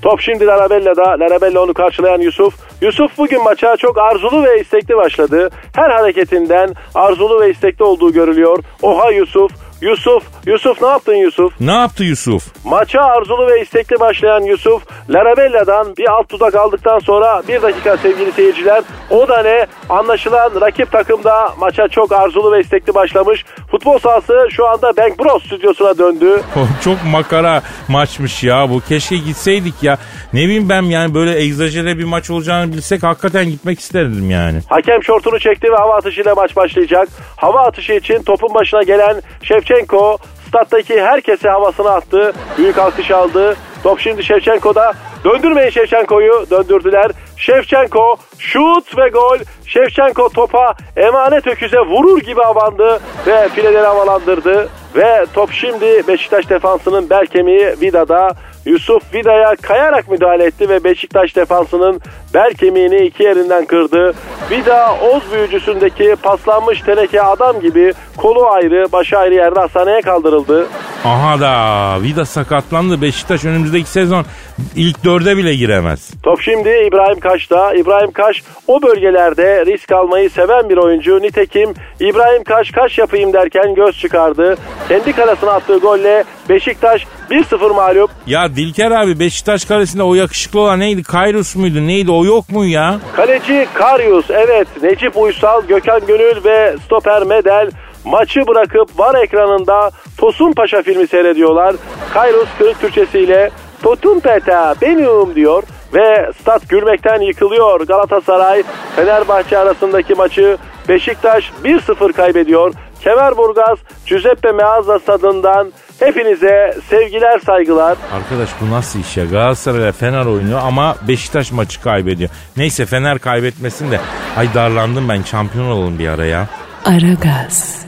Top şimdi Larabella'da. Larabella onu karşılayan Yusuf. Yusuf bugün maça çok arzulu ve istekli başladı. Her hareketinden arzulu ve istekli olduğu görülüyor. Oha Yusuf. Yusuf, Yusuf ne yaptın Yusuf? Ne yaptı Yusuf? Maça arzulu ve istekli başlayan Yusuf, Larabella'dan bir alt tutak aldıktan sonra bir dakika sevgili seyirciler. O da ne? Anlaşılan rakip takım da maça çok arzulu ve istekli başlamış. Futbol sahası şu anda Bank Bros stüdyosuna döndü. Çok makara maçmış ya bu. Keşke gitseydik ya. Ne bileyim ben yani böyle egzajere bir maç olacağını bilsek hakikaten gitmek isterdim yani. Hakem şortunu çekti ve hava atışıyla maç başlayacak. Hava atışı için topun başına gelen Şevçenko stat'taki herkese havasını attı. Büyük alkış aldı. Top şimdi Şevçenko'da. Döndürmeyin Şevçenko'yu. Döndürdüler. Şevçenko şut ve gol. Şevçenko topa emanet öküze vurur gibi abandı ve fileleri havalandırdı. Ve top şimdi Beşiktaş defansının bel kemiği Vida'da. Yusuf Vida'ya kayarak müdahale etti ve Beşiktaş defansının bel kemiğini iki yerinden kırdı. Vida Oz büyücüsündeki paslanmış teneke adam gibi kolu ayrı, başı ayrı yerde hastaneye kaldırıldı. Aha da Vida sakatlandı. Beşiktaş önümüzdeki sezon ilk dörde bile giremez. Top şimdi İbrahim Kaş'ta. İbrahim Kaş o bölgelerde risk almayı seven bir oyuncu. Nitekim İbrahim Kaş kaş yapayım derken göz çıkardı. Kendi kalesine attığı golle Beşiktaş bir sıfır mağlup. Ya Dilker abi Beşiktaş kalesinde o yakışıklı olan neydi? Karius muydu? Neydi? O yok mu ya? Kaleci Karius, evet. Necip Uysal, Gökhan Gönül ve stoper Medel maçı bırakıp var ekranında Tosun Paşa filmi seyrediyorlar. Karius kırık Türkçesiyle Tosun Peta benim diyor ve stat gülmekten yıkılıyor. Galatasaray Fenerbahçe arasındaki maçı Beşiktaş bir sıfır kaybediyor. Kemerburgaz Giuseppe Meazza stadından hepinize sevgiler, saygılar. Arkadaş bu nasıl iş ya? Galatasaray Fener oynuyor ama Beşiktaş maçı kaybediyor. Neyse Fener kaybetmesin de. Ay darlandım ben, şampiyon olalım bir ara ya. Aragaz.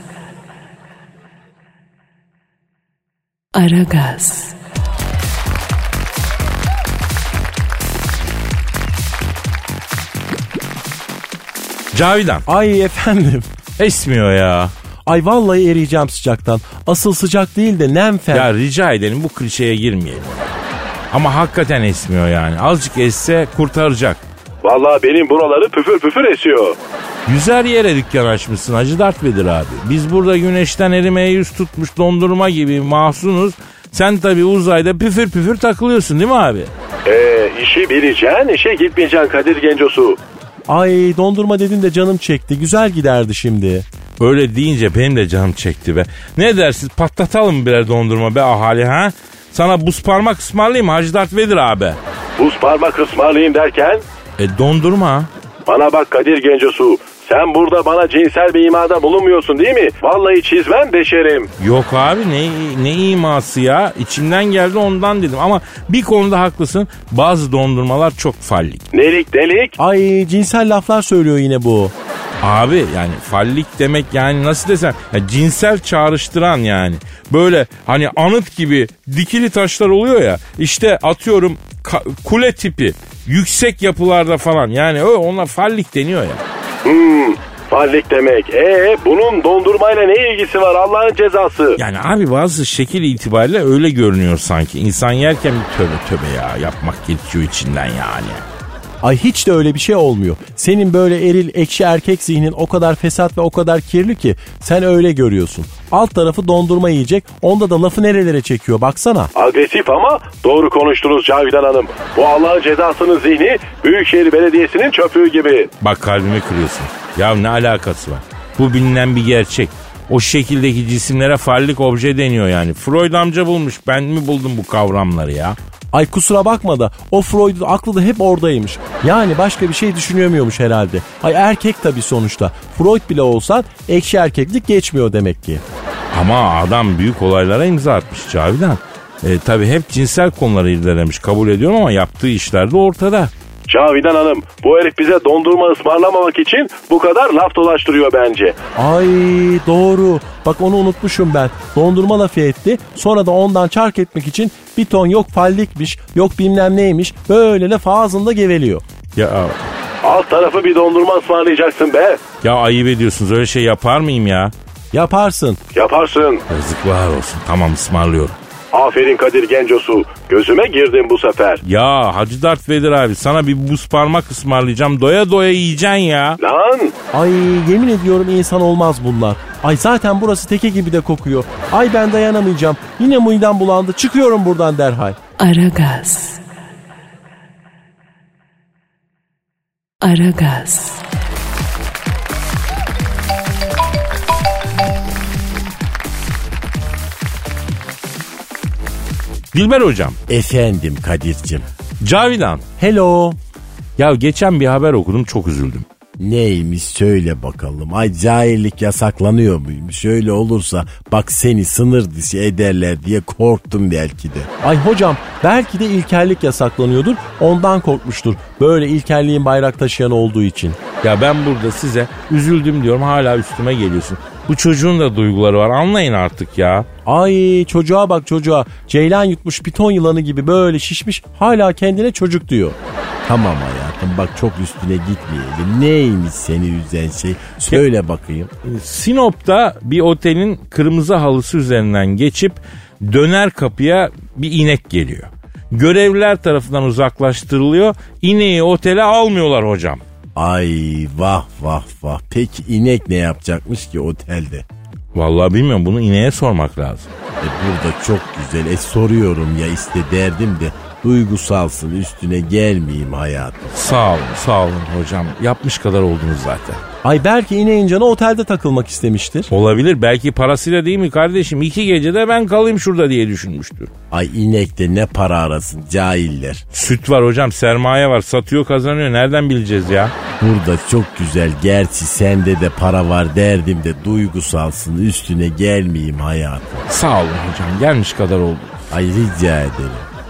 Aragaz. Cavidan. Ay efendim. Esmiyor ya. Ay vallahi eriyeceğim sıcaktan. Asıl sıcak değil de nemfer. Ya rica edelim bu klişeye girmeyelim. Ama hakikaten esmiyor yani. Azıcık esse kurtaracak. Vallahi benim buraları püfür püfür esiyor. Yüzer yere dükkan açmışsın Hacı Dert Vedir abi. Biz burada güneşten erimeye yüz tutmuş dondurma gibi mahzunuz. Sen tabii uzayda püfür püfür takılıyorsun değil mi abi? Eee işi bileceksin, işe gitmeyeceksin Kadir Gencosu. Ay dondurma dedin de canım çekti. Güzel giderdi şimdi. Öyle deyince benim de canım çekti be. Ne dersiniz, patlatalım birer dondurma be ahali ha? Sana buz parmak ısmarlayayım Hacı Dert Vedir abi. Buz parmak ısmarlayayım derken? E dondurma. Bana bak Kadir Gencosu. Sen burada bana cinsel bir imada bulunmuyorsun değil mi? Vallahi çizmem deşerim. Yok abi ne ne iması ya? İçimden geldi ondan dedim ama bir konuda haklısın. Bazı dondurmalar çok fallik. Nelik delik. Ay cinsel laflar söylüyor yine bu. Abi yani fallik demek yani nasıl desem ya cinsel çağrıştıran yani. Böyle hani anıt gibi dikili taşlar oluyor ya. İşte atıyorum ka- kule tipi yüksek yapılarda falan yani öyle ona fallik deniyor ya. Hmm, fallik demek. Ee bunun dondurmayla ne ilgisi var Allah'ın cezası? Yani abi bazı şekil itibariyle öyle görünüyor sanki. İnsan yerken bir tövbe tövbe ya yapmak gerekiyor içinden yani. Ay hiç de öyle bir şey olmuyor. Senin böyle eril ekşi erkek zihnin o kadar fesat ve o kadar kirli ki sen öyle görüyorsun. Alt tarafı dondurma yiyecek, onda da lafı nerelere çekiyor baksana. Agresif ama doğru konuştunuz Cavidan Hanım. Bu Allah'ın cezasının zihni Büyükşehir Belediyesi'nin çöplüğü gibi. Bak kalbimi kırıyorsun. Ya ne alakası var? Bu bilinen bir gerçek. O şekildeki cisimlere fallik obje deniyor yani. Freud amca bulmuş, ben mi buldum bu kavramları ya? Ay kusura bakma da o Freud'un aklı da hep oradaymış. Yani başka bir şey düşünemiyormuş herhalde. Ay erkek tabii sonuçta. Freud bile olsan ekşi erkeklik geçmiyor demek ki. Ama adam büyük olaylara imza atmış Cavidan. E, tabii hep cinsel konuları irdelemiş, kabul ediyorum ama yaptığı işler de ortada. Cavidan Hanım bu herif bize dondurma ısmarlamamak için bu kadar laf dolaştırıyor bence. Ay doğru. Bak onu unutmuşum ben. Dondurma lafı etti. Sonra da ondan çark etmek için bir ton yok fallikmiş, yok bilmem neymiş. Böyle laf ağzında geveliyor. Ya alt tarafı bir dondurma ısmarlayacaksın be. Ya ayıp ediyorsunuz, öyle şey yapar mıyım ya? Yaparsın. Yaparsın. Yazıklar olsun, tamam ısmarlıyorum. Aferin Kadir Gencosu. Gözüme girdin bu sefer. Ya Hacı Dert Vedir abi, sana bir buz parmak ısmarlayacağım. Doya doya yiyeceksin ya. Lan. Ay yemin ediyorum insan olmaz bunlar. Ay zaten burası teke gibi de kokuyor. Ay ben dayanamayacağım. Yine midem bulandı. Çıkıyorum buradan derhal. Aragaz. Aragaz. Dilber hocam. Efendim Kadir'cim. Cavidan. Hello. Ya geçen bir haber okudum, çok üzüldüm. Neymiş söyle bakalım. Ay cahillik yasaklanıyor muymuş? Öyle olursa bak seni sınır dışı ederler diye korktum belki de. Ay hocam belki de ilkellik yasaklanıyordur. Ondan korkmuştur. Böyle ilkelliğin bayrak taşıyan olduğu için. Ya ben burada size üzüldüm diyorum, hala üstüme geliyorsun. Bu çocuğun da duyguları var, anlayın artık ya. Ay çocuğa bak çocuğa. Ceylan yutmuş piton yılanı gibi böyle şişmiş, hala kendine çocuk diyor. Tamam hayatım bak çok üstüne gitmeyelim. Neymiş seni üzen şey? Söyle bakayım. Sinop'ta bir otelin kırmızı halısı üzerinden geçip döner kapıya bir inek geliyor. Görevliler tarafından uzaklaştırılıyor. İneği otele almıyorlar hocam. Ay vah vah vah. Peki inek ne yapacakmış ki otelde? Vallahi bilmiyorum, bunu ineğe sormak lazım. E burada çok güzel. E soruyorum ya işte derdim de duygusalsın, üstüne gelmeyeyim hayatım. Sağ olun sağ olun hocam, yapmış kadar oldunuz zaten. Ay belki ineğin canı otelde takılmak istemiştir. Olabilir, belki parasıyla değil mi kardeşim, iki gecede ben kalayım şurada diye düşünmüştür. Ay inekte ne para arasın cahiller. Süt var hocam, sermaye var, satıyor kazanıyor, nereden bileceğiz ya? Burada çok güzel, gerçi sende de para var derdim de duygusalsın, üstüne gelmeyeyim hayatım. Sağ olun hocam, gelmiş kadar oldu. Ay rica ederim.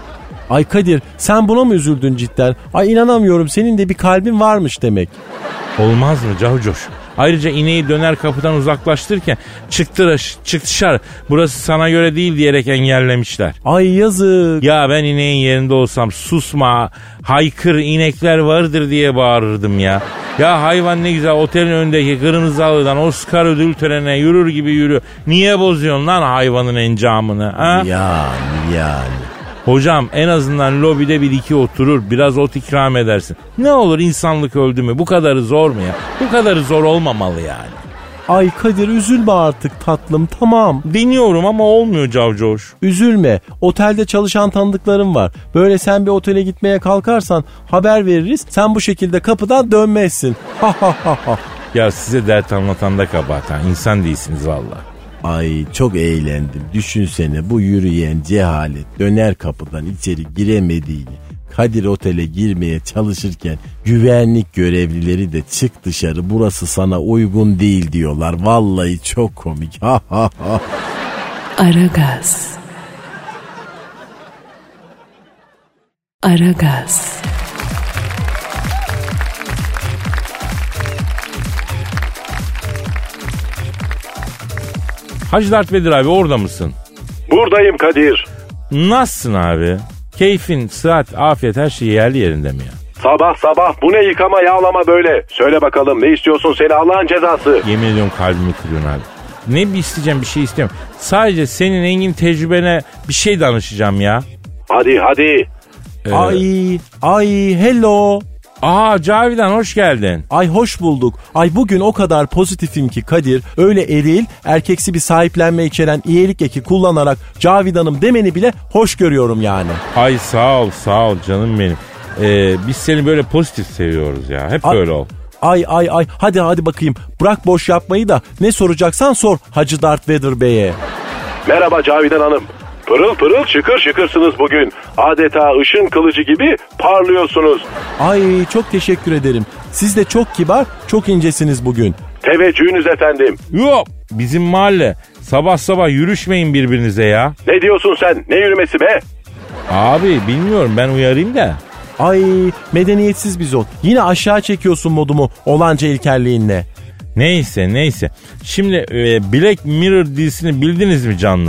Ay Kadir sen buna mı üzüldün cidden? Ay inanamıyorum, senin de bir kalbin varmış demek. Olmaz mı Cahucoş? Ayrıca ineği döner kapıdan uzaklaştırırken çıktı, çık dışarı, burası sana göre değil diyerek engellemişler. Ay yazık. Ya ben ineğin yerinde olsam susma, haykır, inekler vardır diye bağırırdım ya. Ya hayvan ne güzel otelin önündeki kırmızı halıdan Oscar ödül törenine yürür gibi yürü. Niye bozuyorsun lan hayvanın encamını? Ha? Yani yani. Hocam en azından lobide bir iki oturur, biraz ot ikram edersin. Ne olur, insanlık öldü mü? Bu kadarı zor mu ya? Bu kadarı zor olmamalı yani. Ay Kadir üzülme artık tatlım, tamam. Deniyorum ama olmuyor Cavcoş. Üzülme, otelde çalışan tanıdıklarım var. Böyle sen bir otele gitmeye kalkarsan haber veririz. Sen bu şekilde kapıdan dönmezsin. Ha ha ha ha. Ya size dert anlatan da kabahat ha. İnsan değilsiniz valla. Ay çok eğlendim. Düşünsene bu yürüyen cehalet döner kapıdan içeri giremediğini, Kadir otele girmeye çalışırken güvenlik görevlileri de çık dışarı, burası sana uygun değil diyorlar. Vallahi çok komik. Ha ha ha. Aragaz. Aragaz. Hacı Dert Vedir abi, orada mısın? Buradayım Kadir. Nasılsın abi? Keyfin, sıhhat, afiyet, her şey yerli yerinde mi ya? Sabah sabah bu ne yıkama yağlama böyle. Söyle bakalım ne istiyorsun seni Allah'ın cezası. Yemin ediyorum kalbimi kırıyorsun abi. Ne bir isteyeceğim, bir şey istemiyorum. Sadece senin engin tecrübene bir şey danışacağım ya. Hadi hadi. Ee, Ay ay hello. Aa Cavidan hoş geldin. Ay hoş bulduk. Ay bugün o kadar pozitifim ki Kadir, öyle eril erkeksi bir sahiplenme içeren iyilik eki kullanarak Cavidan'ım demeni bile hoş görüyorum yani. Ay sağ ol sağ ol canım benim. Ee, biz seni böyle pozitif seviyoruz ya. Hep Ay, böyle ol. Ay ay ay hadi hadi bakayım, bırak boş yapmayı da ne soracaksan sor Hacı Dert Vedir Bey'e. Merhaba Cavidan Hanım. Pırıl pırıl şıkır şıkırsınız bugün. Adeta ışın kılıcı gibi parlıyorsunuz. Ay çok teşekkür ederim. Siz de çok kibar, çok incesiniz bugün. Teveccühünüz efendim. Yok, bizim mahalle. Sabah sabah yürüşmeyin birbirinize ya. Ne diyorsun sen? Ne yürümesi be? Abi bilmiyorum, ben uyarayım da. Ay medeniyetsiz bir zot. Yine aşağı çekiyorsun modumu olanca ilkelliğinle. Neyse neyse. Şimdi e, Black Mirror dizisini bildiniz mi canlarım?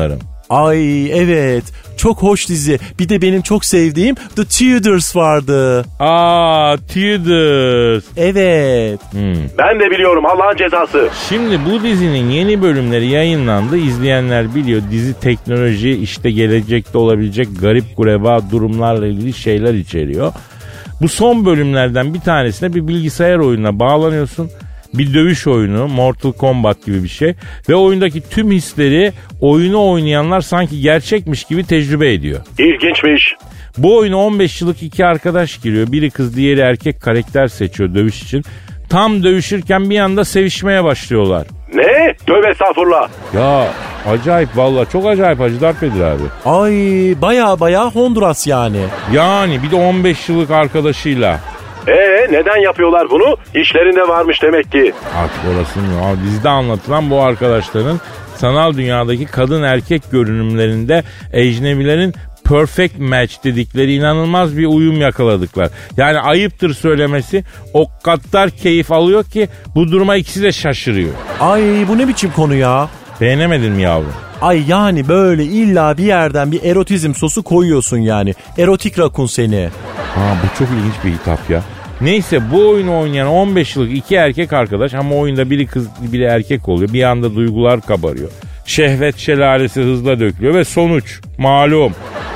Ay evet, çok hoş dizi. Bir de benim çok sevdiğim The Tudors vardı. Aa, Tudors. Evet. Hmm. Ben de biliyorum, Allah'ın cezası. Şimdi bu dizinin yeni bölümleri yayınlandı. İzleyenler biliyor, dizi teknoloji, işte gelecekte olabilecek garip gureba durumlarla ilgili şeyler içeriyor. Bu son bölümlerden bir tanesine bir bilgisayar oyununa bağlanıyorsun. Bir dövüş oyunu, Mortal Kombat gibi bir şey. Ve oyundaki tüm hisleri oyunu oynayanlar sanki gerçekmiş gibi tecrübe ediyor. İlginçmiş. Bu oyuna on beş yıllık iki arkadaş giriyor. Biri kız, diğeri erkek karakter seçiyor dövüş için. Tam dövüşürken bir anda sevişmeye başlıyorlar. Ne? Tövbe estağfurullah. Ya acayip vallahi, çok acayip Hacı Dert Vedir abi. Ay baya baya Honduras yani. Yani bir de on beş yıllık arkadaşıyla. Ee neden yapıyorlar bunu? İşlerinde varmış demek ki. Artık orası mı? Abi, dizide anlatılan bu arkadaşların sanal dünyadaki kadın erkek görünümlerinde ecnebilerin perfect match dedikleri inanılmaz bir uyum yakaladıklar. Yani ayıptır söylemesi, o kadar keyif alıyor ki bu duruma ikisi de şaşırıyor. Ay bu ne biçim konu ya? Beğenemedin mi yavrum? Ay yani böyle illa bir yerden bir erotizm sosu koyuyorsun yani. Erotik rakun seni. Ha, bu çok ilginç bir hitap ya. Neyse, bu oyunu oynayan on beş yıllık iki erkek arkadaş, ama oyunda biri kız biri erkek oluyor. Bir anda duygular kabarıyor. Şehvet şelalesi hızla dökülüyor ve sonuç malum.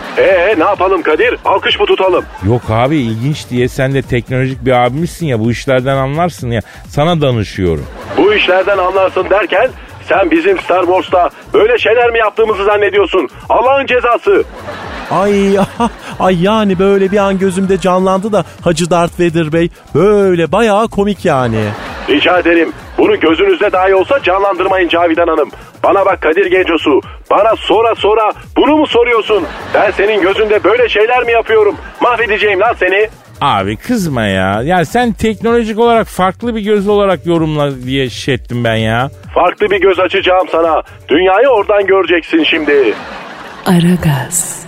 Ee ne yapalım Kadir? Alkış mı tutalım? Yok abi, ilginç diye, sen de teknolojik bir abimizsin ya, bu işlerden anlarsın ya, sana danışıyorum. Bu işlerden anlarsın derken sen bizim Star Wars'ta böyle şeyler mi yaptığımızı zannediyorsun? Allah'ın cezası. Ay ay yani böyle bir an gözümde canlandı da Hacı Darth Vader Bey, böyle bayağı komik yani. Rica ederim. Bunu gözünüzde dahi olsa canlandırmayın Cavidan Hanım. Bana bak Kadir Gencosu. Bana sonra sonra bunu mu soruyorsun? Ben senin gözünde böyle şeyler mi yapıyorum? Mahvedeceğim lan seni. Abi kızma ya. Ya sen teknolojik olarak farklı bir göz olarak yorumla diye şey ettim ben ya. Farklı bir göz açacağım sana. Dünyayı oradan göreceksin şimdi. Aragaz.